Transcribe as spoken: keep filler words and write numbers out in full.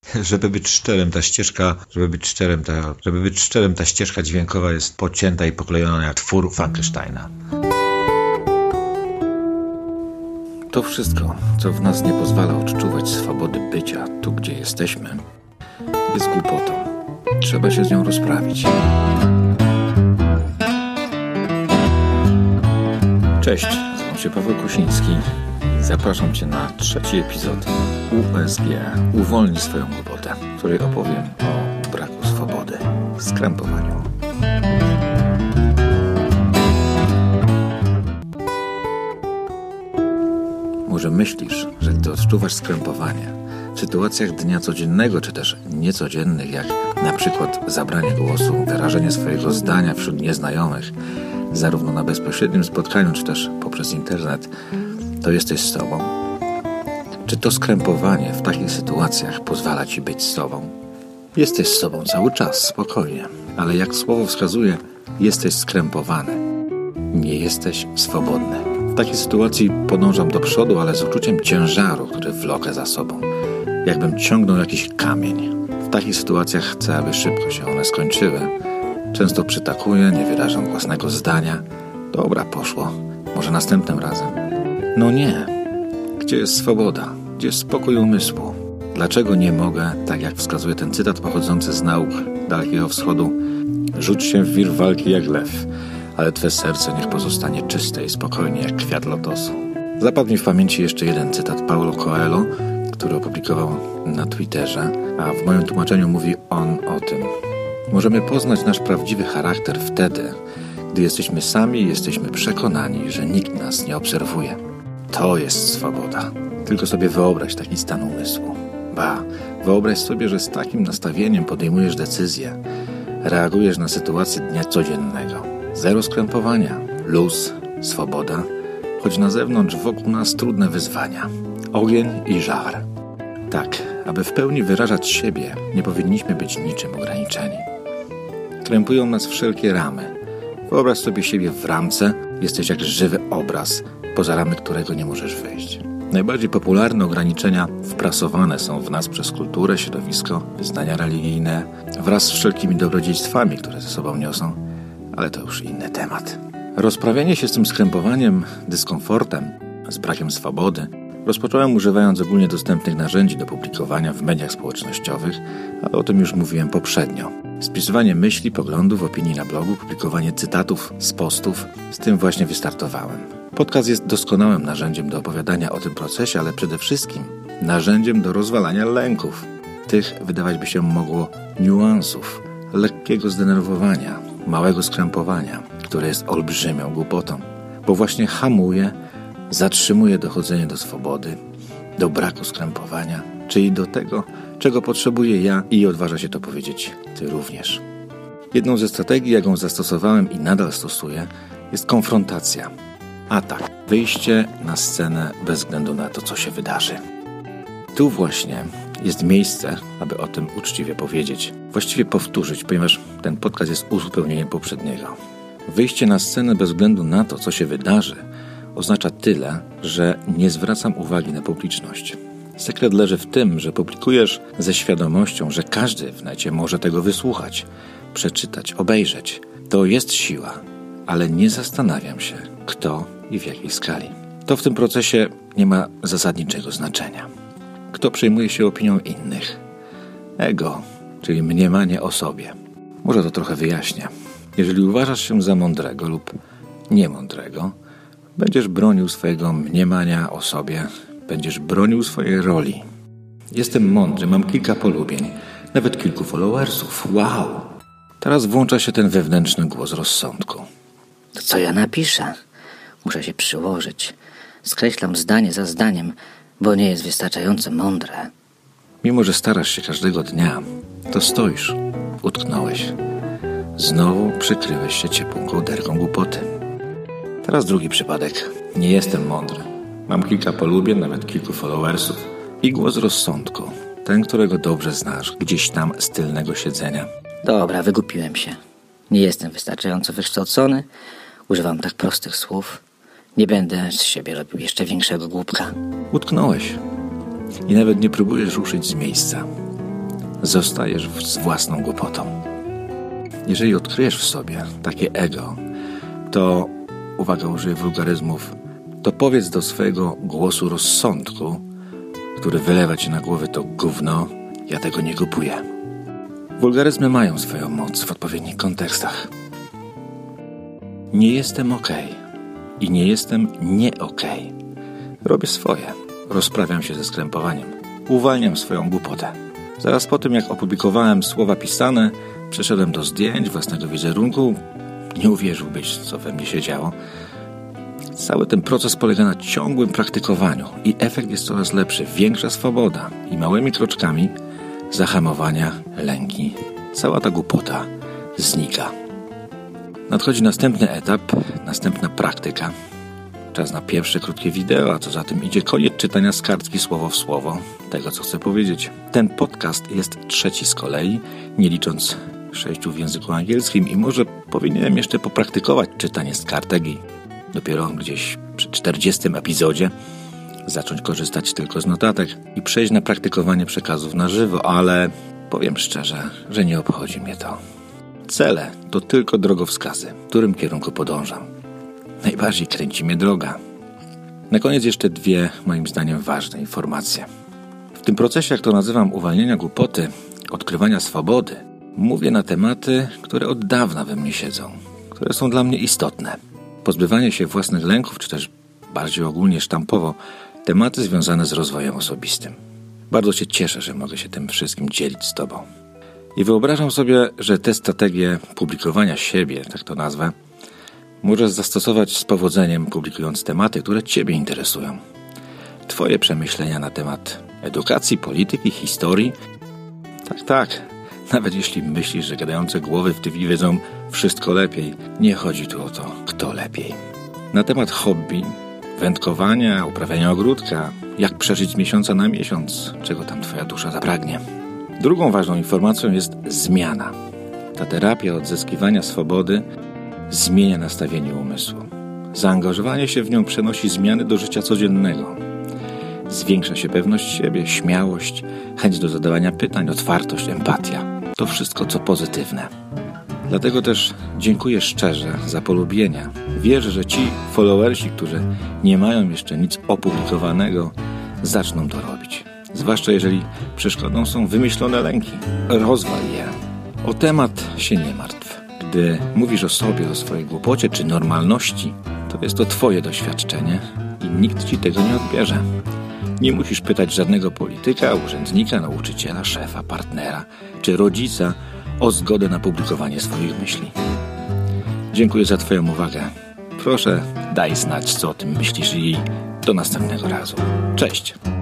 Żeby być szczerym, ta ścieżka, żeby być szczerym, ta, żeby być szczerym, ta ścieżka dźwiękowa jest pocięta i poklejona jak twór Frankensteina. To wszystko, co w nas nie pozwala odczuwać swobody bycia tu, gdzie jesteśmy, jest głupotą. Trzeba się z nią rozprawić. Cześć, nazywam się Paweł Kosiński i zapraszam Cię na trzeci epizod U S G Uwolnij swoją głupotę, w której opowiem o braku swobody, skrępowaniu. Może myślisz, że gdy odczuwasz skrępowanie w sytuacjach dnia codziennego, czy też niecodziennych, jak na przykład zabranie głosu, wyrażenie swojego zdania wśród nieznajomych, zarówno na bezpośrednim spotkaniu, czy też poprzez internet, to jesteś z sobą? Czy to skrępowanie w takich sytuacjach pozwala Ci być z sobą? Jesteś z sobą cały czas, spokojnie, ale jak słowo wskazuje, jesteś skrępowany. Nie jesteś swobodny. W takiej sytuacji podążam do przodu, ale z uczuciem ciężaru, który wlokę za sobą. Jakbym ciągnął jakiś kamień. W takich sytuacjach chcę, aby szybko się one skończyły. Często przytakuję, nie wyrażam własnego zdania. Dobra, poszło. Może następnym razem. No nie. Gdzie jest swoboda? Gdzie jest spokój umysłu? Dlaczego nie mogę, tak jak wskazuje ten cytat pochodzący z nauk Dalekiego Wschodu, rzuć się w wir walki jak lew, ale Twe serce niech pozostanie czyste i spokojnie jak kwiat lotosu. Zapadł mi w pamięci jeszcze jeden cytat Paulo Coelho, który opublikował na Twitterze, a w moim tłumaczeniu mówi on o tym. Możemy poznać nasz prawdziwy charakter wtedy, gdy jesteśmy sami i jesteśmy przekonani, że nikt nas nie obserwuje. To jest swoboda. Tylko sobie wyobraź taki stan umysłu. Ba, wyobraź sobie, że z takim nastawieniem podejmujesz decyzje, reagujesz na sytuację dnia codziennego. Zero skrępowania, luz, swoboda, choć na zewnątrz wokół nas trudne wyzwania. Ogień i żar. Tak, aby w pełni wyrażać siebie, nie powinniśmy być niczym ograniczeni. Krępują nas wszelkie ramy. Wyobraź sobie siebie w ramce, jesteś jak żywy obraz, poza ramy którego nie możesz wyjść. Najbardziej popularne ograniczenia wprasowane są w nas przez kulturę, środowisko, wyznania religijne, wraz z wszelkimi dobrodziejstwami, które ze sobą niosą, ale to już inny temat. Rozprawianie się z tym skrępowaniem, dyskomfortem, z brakiem swobody rozpocząłem używając ogólnie dostępnych narzędzi do publikowania w mediach społecznościowych, ale o tym już mówiłem poprzednio. Spisywanie myśli, poglądów, opinii na blogu, publikowanie cytatów z postów, z tym właśnie wystartowałem. Podcast jest doskonałym narzędziem do opowiadania o tym procesie, ale przede wszystkim narzędziem do rozwalania lęków. Tych, wydawać by się mogło, niuansów, lekkiego zdenerwowania, małego skrępowania, które jest olbrzymią głupotą, bo właśnie hamuje, zatrzymuje dochodzenie do swobody, do braku skrępowania, czyli do tego, czego potrzebuję ja i odważa się to powiedzieć Ty również. Jedną ze strategii, jaką zastosowałem i nadal stosuję, jest konfrontacja. A tak, wyjście na scenę bez względu na to, co się wydarzy. Tu właśnie jest miejsce, aby o tym uczciwie powiedzieć, właściwie powtórzyć, ponieważ ten podcast jest uzupełnieniem poprzedniego. Wyjście na scenę bez względu na to, co się wydarzy, oznacza tyle, że nie zwracam uwagi na publiczność. Sekret leży w tym, że publikujesz ze świadomością, że każdy w necie może tego wysłuchać, przeczytać, obejrzeć. To jest siła, ale nie zastanawiam się, kto i w jakiej skali. To w tym procesie nie ma zasadniczego znaczenia. Kto przejmuje się opinią innych? Ego, czyli mniemanie o sobie. Może to trochę wyjaśnię. Jeżeli uważasz się za mądrego lub niemądrego, będziesz bronił swojego mniemania o sobie, będziesz bronił swojej roli. Jestem mądry, mam kilka polubień, nawet kilku followersów. Wow! Teraz włącza się ten wewnętrzny głos rozsądku. To co ja napiszę? Muszę się przyłożyć. Skreślam zdanie za zdaniem, bo nie jest wystarczająco mądre. Mimo że starasz się każdego dnia, to stoisz, utknąłeś. Znowu przykryłeś się ciepłą kołderką głupoty. Teraz drugi przypadek. Nie jestem mądry. Mam kilka polubień, nawet kilku followersów. I głos rozsądku. Ten, którego dobrze znasz, gdzieś tam z tylnego siedzenia. Dobra, wygupiłem się. Nie jestem wystarczająco wykształcony. Używam tak prostych słów. Nie będę z siebie robił jeszcze większego głupka. Utknąłeś. I nawet nie próbujesz ruszyć z miejsca. zostajesz z własną głupotą. Jeżeli odkryjesz w sobie takie ego, to, uwaga, użyję wulgaryzmów, to powiedz do swojego głosu rozsądku, który wylewa ci na głowę to gówno, ja tego nie kupuję. Wulgaryzmy mają swoją moc w odpowiednich kontekstach. Nie jestem okej i nie jestem nie okej. Robię swoje. Rozprawiam się ze skrępowaniem. Uwalniam swoją głupotę. Zaraz po tym, jak opublikowałem słowa pisane, przeszedłem do zdjęć własnego wizerunku. Nie uwierzyłbyś, co we mnie się działo. Cały ten proces polega na ciągłym praktykowaniu i efekt jest coraz lepszy. Większa swoboda i małymi kroczkami zahamowania, lęki. Cała ta głupota znika. Nadchodzi następny etap, następna praktyka. Czas na pierwsze krótkie wideo, a co za tym idzie koniec czytania z kartki słowo w słowo tego, co chcę powiedzieć. Ten podcast jest trzeci z kolei, nie licząc sześciu w języku angielskim i może powinienem jeszcze popraktykować czytanie z kartek i dopiero gdzieś przy czterdziestym epizodzie zacząć korzystać tylko z notatek i przejść na praktykowanie przekazów na żywo, ale powiem szczerze, że nie obchodzi mnie to. Cele to tylko drogowskazy, w którym kierunku podążam. Najbardziej kręci mnie droga. Na koniec jeszcze dwie, moim zdaniem, ważne informacje. W tym procesie, jak to nazywam, uwalniania głupoty, odkrywania swobody, mówię na tematy, które od dawna we mnie siedzą, które są dla mnie istotne. Pozbywanie się własnych lęków, czy też bardziej ogólnie sztampowo, tematy związane z rozwojem osobistym. Bardzo się cieszę, że mogę się tym wszystkim dzielić z Tobą. I wyobrażam sobie, że tę strategię publikowania siebie, tak to nazwę, możesz zastosować z powodzeniem, publikując tematy, które Ciebie interesują. Twoje przemyślenia na temat edukacji, polityki, historii. Tak, tak. Nawet jeśli myślisz, że gadające głowy w T V wiedzą wszystko lepiej, nie chodzi tu o to, kto lepiej. Na temat hobby, wędkowania, uprawiania ogródka, jak przeżyć z miesiąca na miesiąc, czego tam Twoja dusza zapragnie. Drugą ważną informacją jest zmiana. Ta terapia odzyskiwania swobody zmienia nastawienie umysłu. Zaangażowanie się w nią przenosi zmiany do życia codziennego. Zwiększa się pewność siebie, śmiałość, chęć do zadawania pytań, otwartość, empatia. To wszystko, co pozytywne. Dlatego też dziękuję szczerze za polubienia. Wierzę, że ci followersi, którzy nie mają jeszcze nic opublikowanego, zaczną to robić. Zwłaszcza jeżeli przeszkodą są wymyślone lęki. Rozwal je. O temat się nie martw. Gdy mówisz o sobie, o swojej głupocie czy normalności, to jest to Twoje doświadczenie i nikt Ci tego nie odbierze. Nie musisz pytać żadnego polityka, urzędnika, nauczyciela, szefa, partnera czy rodzica o zgodę na publikowanie swoich myśli. Dziękuję za Twoją uwagę. Proszę, daj znać, co o tym myślisz i do następnego razu. Cześć!